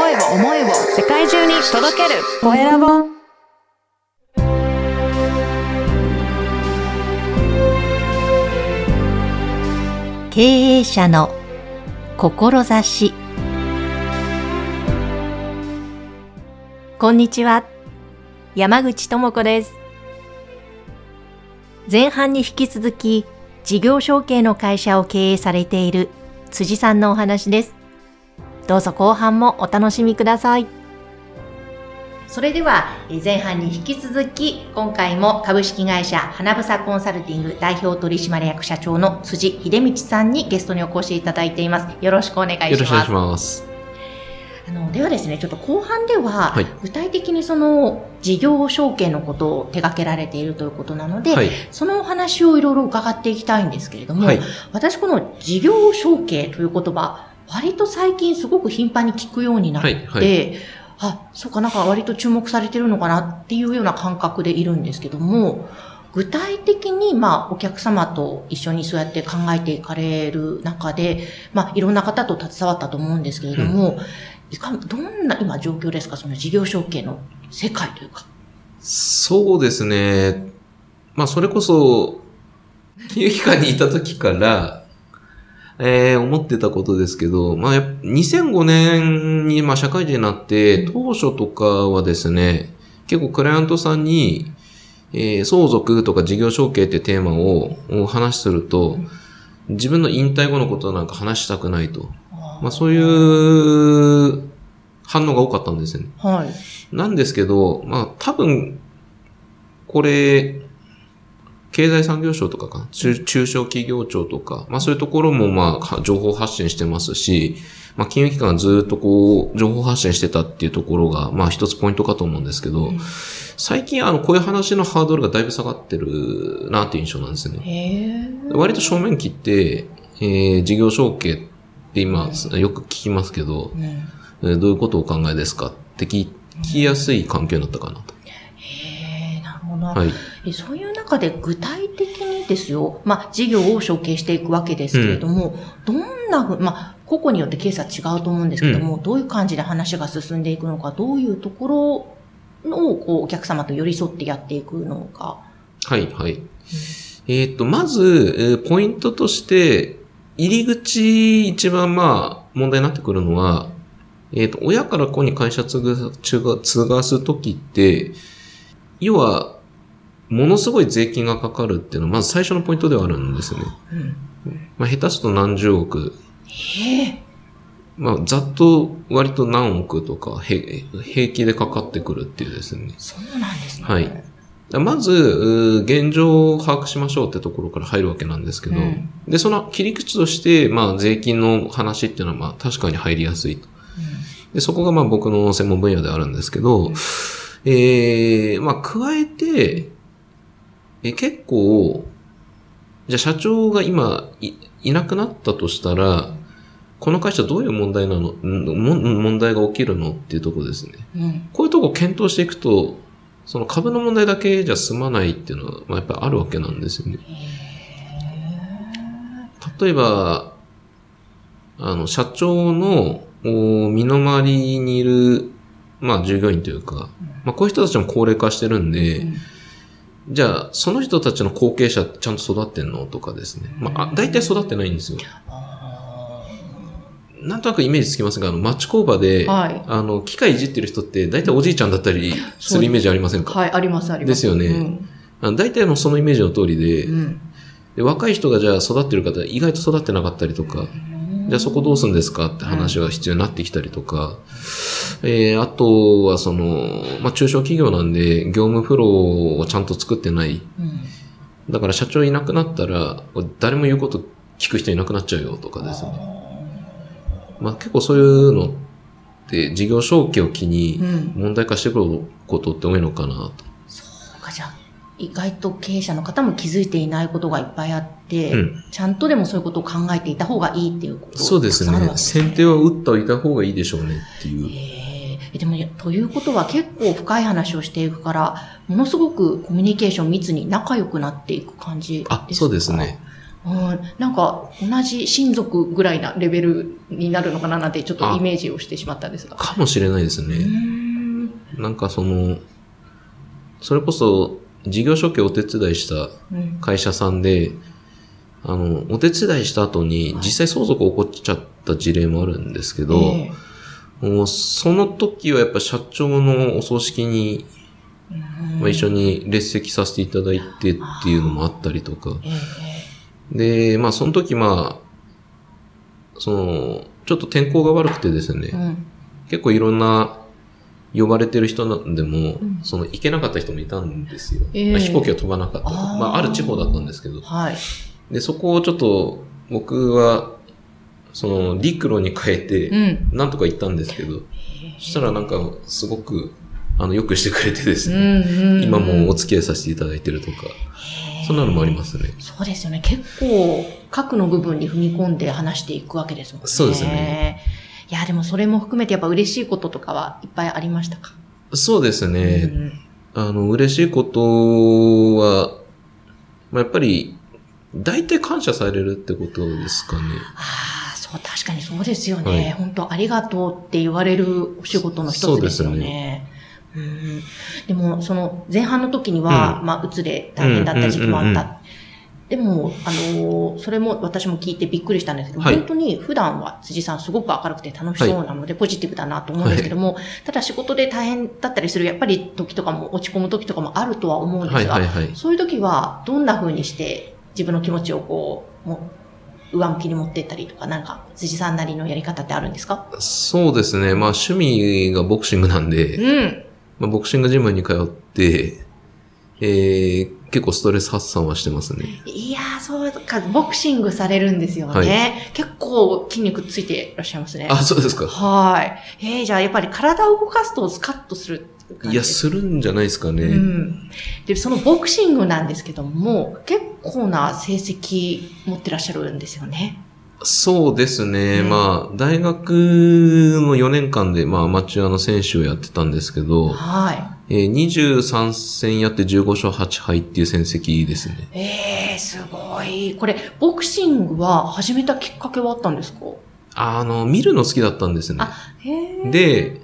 声を世界中に届けるコエラボ。 経営者の志。こんにちは、山口智子です。前半に引き続き事業承継の会社を経営されている辻さんのお話です。どうぞ後半もお楽しみください。それでは前半に引き続き、今回も株式会社花房コンサルティング代表取締役社長の辻秀道さんにゲストにお越しいただいています。よろしくお願いします。 よろしくお願いします。 ではですね、ちょっと後半では、具体的にその事業承継のことを手掛けられているということなので、そのお話をいろいろ伺っていきたいんですけれども、私この事業承継という言葉、割と最近すごく頻繁に聞くようになって、そうか、なんか割と注目されてるのかなっていうような感覚でいるんですけども、具体的にお客様と一緒にそうやって考えていかれる中で、いろんな方と携わったと思うんですけれども、どんな今状況ですか、その事業承継の世界というか。 そうですね。それこそ、金融機関にいた時から、思ってたことですけど、2005年に社会人になって、当初とかはですね、結構クライアントさんに、相続とか事業承継ってテーマを話すると、自分の引退後のことなんか話したくないと。そういう反応が多かったんですよね。なんですけど、多分、これ、経済産業省とか中小企業庁とか、そういうところも情報発信してますし、金融機関がずっと情報発信してたっていうところが、一つポイントかと思うんですけど、最近こういう話のハードルがだいぶ下がってるなっていう印象なんですよね。割と正面切って、事業承継って今よく聞きますけど、どういうことをお考えですかって聞きやすい環境になったかなと。 なるほど。そういう中で具体的にですよ、事業を承継していくわけですけれども、どんな個々によってケースは違うと思うんですけども、どういう感じで話が進んでいくのか、どういうところをお客様と寄り添ってやっていくのか。 まず、ポイントとして、入り口一番問題になってくるのは、親から子に会社継がすときって、要は、ものすごい税金がかかるっていうのは、まず最初のポイントではあるんですよね。下手すると何十億。ざっと割と何億とか平気でかかってくるっていうですね。 そうなんですね。 まず、現状を把握しましょうってところから入るわけなんですけど、で、その切り口として、税金の話っていうのは確かに入りやすいと。で、そこが僕の専門分野であるんですけど、加えて、結構、じゃあ社長が今いなくなったとしたら、この会社どういう問題が起きるのっていうところですね。こういうところを検討していくと、その株の問題だけじゃ済まないっていうのは、やっぱりあるわけなんですよね。例えば、社長の身の回りにいる、従業員というか、こういう人たちも高齢化してるんで、じゃあ、その人たちの後継者ちゃんと育ってんのとかですね。大体育ってないんですよ。なんとなくイメージつきますが、町工場で、機械いじってる人って大体おじいちゃんだったりするイメージありませんか？ あります、あります。 ですよね。大体そのイメージの通りで、若い人がじゃあ育ってる方、意外と育ってなかったりとか、じゃあそこどうするんですかって話が必要になってきたりとか、あとは中小企業なんで業務フローをちゃんと作ってない。だから社長いなくなったら、誰も言うこと聞く人いなくなっちゃうよとかですね。結構そういうのって事業承継を機に問題化してくることって多いのかなと。 そうか、じゃあ意外と経営者の方も気づいていないことがいっぱいあって、ちゃんとでもそういうことを考えていた方がいいっていうことそうですね。先手は打っておいた方がいいでしょうねっていう。 でも、ということは結構深い話をしていくから、ものすごくコミュニケーション密に仲良くなっていく感じですか？ そうですね。 なんか同じ親族ぐらいなレベルになるのかななんてちょっとイメージをしてしまったんですが。 かもしれないですね。なんかそれこそ事業承継をお手伝いした会社さんで、お手伝いした後に実際相続起こっちゃった事例もあるんですけど、もうその時はやっぱ社長のお葬式に、一緒に列席させていただいてっていうのもあったりとか。で、その時ちょっと天候が悪くてですね、結構いろんな呼ばれてる人なんでも、行けなかった人もいたんですよ。飛行機が飛ばなかったと。ある地方だったんですけど。で、そこをちょっと僕は、陸路に変えて、なんとか行ったんですけど、そしたらなんかすごく、よくしてくれてですね、今もお付き合いさせていただいてるとか、そんなのもありますね。 そうですよね。結構、核の部分に踏み込んで話していくわけですもんね。 そうですね。 いや、でもそれも含めてやっぱ嬉しいこととかはいっぱいありましたか？ そうですね。嬉しいことは、やっぱり、大体感謝されるってことですかね。 そう、確かにそうですよね。本当ありがとうって言われるお仕事の一つですよね。そうですね。でも、前半の時には、うつで大変だった時期もあった。でも、それも私も聞いてびっくりしたんですけど、本当に普段は辻さんすごく明るくて楽しそうなので、ポジティブだなと思うんですけども、ただ仕事で大変だったりする、やっぱり時とかも落ち込む時とかもあるとは思うんですが、そういう時はどんな風にして自分の気持ちを上向きに持っていったりとか、なんか辻さんなりのやり方ってあるんですか？そうですね。 趣味がボクシングなんで、ボクシングジムに通って、結構ストレス発散はしてますね。 いやー、そうか、ボクシングされるんですよね。結構筋肉ついていらっしゃいますね。 そうですか。 じゃあやっぱり体を動かすとスカッとするって感じですか？ いや、するんじゃないですかね。 で、そのボクシングなんですけども、結構な成績持ってらっしゃるんですよね。 そうですね。大学の4年間で、アマチュアの選手をやってたんですけど、23戦やって15勝8敗っていう戦績ですね。 すごい。これ、ボクシングは始めたきっかけはあったんですか？ 見るの好きだったんですね。で、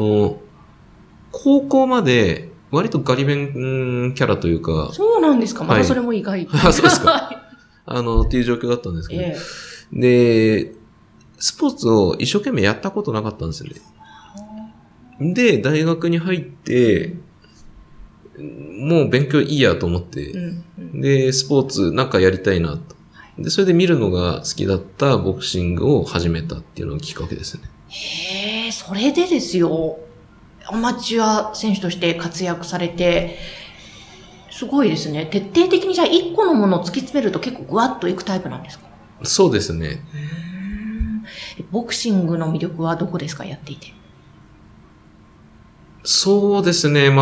高校まで、割とガリ弁キャラというか。 そうなんですか？まだそれも意外。 そうですか。っていう状況だったんですけど。で、スポーツを一生懸命やったことなかったんですよね。で、大学に入って、もう勉強いいやと思って、で、スポーツなんかやりたいなと。で、それで見るのが好きだったボクシングを始めたっていうのがきっかけですね。 それでですよ。アマチュア選手として活躍されて、すごいですね。徹底的にじゃあ一個のものを突き詰めると結構グワッといくタイプなんですか？ そうですね。 ボクシングの魅力はどこですか？やっていて。 そうですね。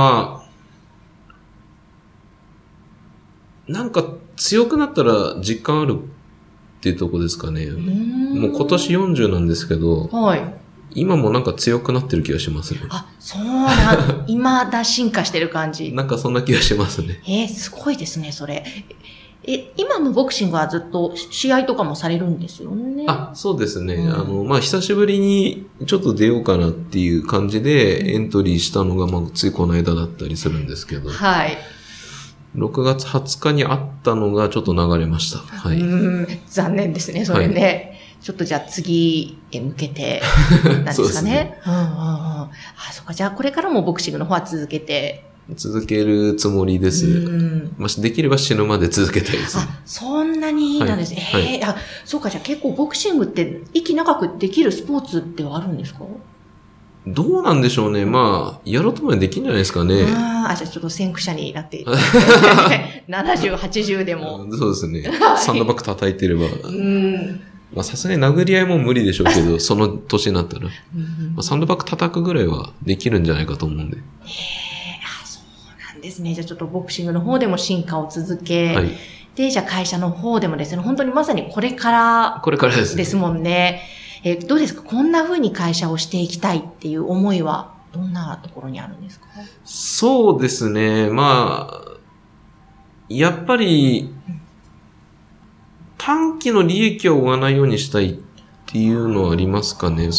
なんか強くなったら実感あるっていうとこですかね。もう今年40なんですけど、今もなんか強くなってる気がしますね。 そうなん、未だ進化してる感じ。 なんかそんな気がしますね。 すごいですね、それ。今のボクシングはずっと試合とかもされるんですよね。 そうですね。久しぶりにちょっと出ようかなっていう感じでエントリーしたのが、ついこの間だったりするんですけど。6月20日にあったのがちょっと流れました。 残念ですね、それね。ちょっとじゃあ次へ向けて、なんですかね。そっか、じゃあこれからもボクシングの方は続けるつもりです。できれば死ぬまで続けたいです。 そんなになんですね。そうか、じゃあ結構ボクシングって息長くできるスポーツではあるんですか？ どうなんでしょうね。やろうともできんじゃないですかね。 じゃあちょっと先駆者になっていただいて、70、80でも。 そうですね。サンドバッグ叩いてれば。さすがに殴り合いも無理でしょうけど、その年になったら。サンドバッグ叩くぐらいはできるんじゃないかと思うんで。 そうなんですね。じゃあちょっとボクシングの方でも進化を続け、で、じゃあ会社の方でもですね、本当にまさにこれからですもんね。どうですか？こんな風に会社をしていきたいっていう思いはどんなところにあるんですか？ そうですね。やっぱり、 短期の利益を追わないようにしたいっていうのはありますかね。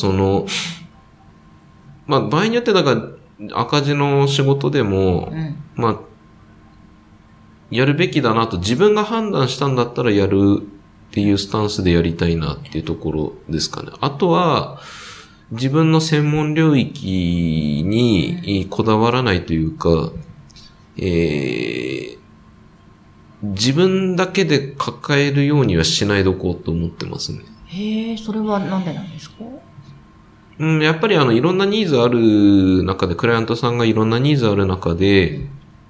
場合によってだから赤字の仕事でも、やるべきだなと自分が判断したんだったらやるっていうスタンスでやりたいなっていうところですかね。あとは、自分の専門領域にこだわらないというか、自分だけで抱えるようにはしないどこうと思ってますね。 へえ、それはなんでなんですか？ やっぱりいろんなニーズある中で、クライアントさんがいろんなニーズある中で、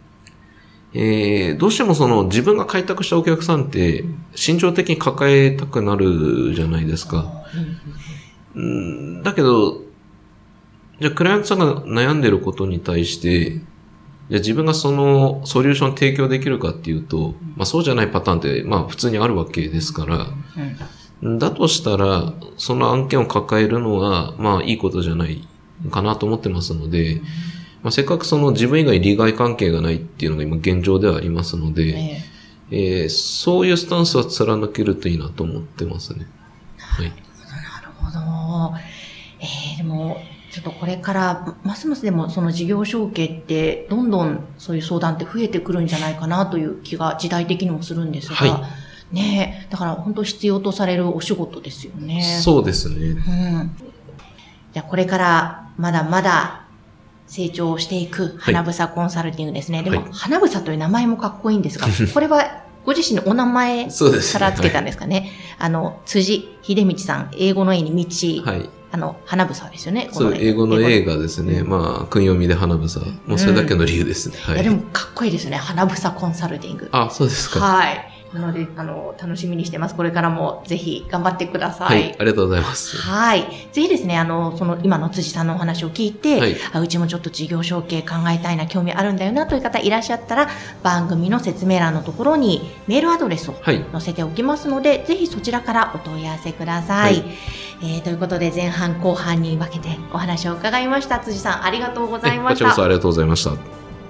どうしても自分が開拓したお客さんって心情的に抱えたくなるじゃないですか。だけど、じゃあクライアントさんが悩んでることに対して、じゃあ自分がそのソリューション提供できるかっていうと、そうじゃないパターンって普通にあるわけですから、だとしたら、その案件を抱えるのは、いいことじゃないかなと思ってますので、せっかく自分以外利害関係がないっていうのが今現状ではありますので、そういうスタンスは貫けるといいなと思ってますね。はい。 なるほど。でも、ちょっとこれから、ますますでもその事業承継って、どんどんそういう相談って増えてくるんじゃないかなという気が時代的にもするんですが、ねえ、だから本当必要とされるお仕事ですよね。 そうですね。 じゃあこれからまだまだ成長していく花房コンサルティングですね。でも、花房という名前もかっこいいんですが、これはご自身のお名前からつけたんですかね。辻秀道さん、英語の A に道。花房ですよね。 そう、英語の A がですね、訓読みで花房。もうそれだけの理由ですね。 いや、でもかっこいいですね。花房コンサルティング。 あ、そうですか。 はい。なので、楽しみにしてます。これからもぜひ頑張ってください。 はい、ありがとうございます。 はい。ぜひですね、今の辻さんのお話を聞いて、うちもちょっと事業承継考えたいな、興味あるんだよなという方いらっしゃったら、番組の説明欄のところにメールアドレスを載せておきますので、ぜひそちらからお問い合わせください。ということで、前半後半に分けてお話を伺いました。辻さん、ありがとうございました。 こちらこそありがとうございました。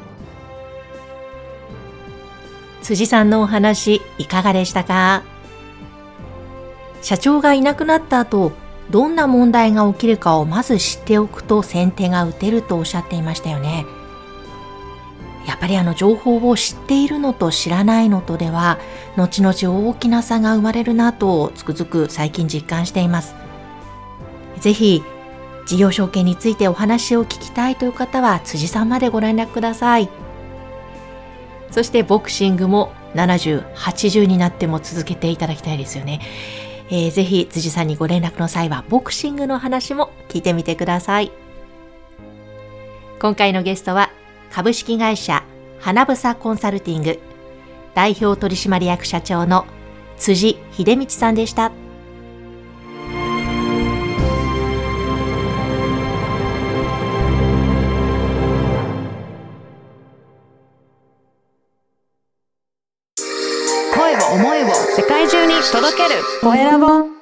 辻さんのお話いかがでしたか？社長がいなくなった後、どんな問題が起きるかをまず知っておくと先手が打てるとおっしゃっていましたよね。やっぱり情報を知っているのと知らないのとでは、後々大きな差が生まれるなとつくづく最近実感しています。ぜひ、事業承継についてお話を聞きたいという方は辻さんまでご連絡ください。そしてボクシングも70、80になっても続けていただきたいですよね。ぜひ辻さんにご連絡の際はボクシングの話も聞いてみてください。今回のゲストは株式会社花房コンサルティング代表取締役社長の辻秀道さんでした。 声を思いを世界中に届けるコエラボ。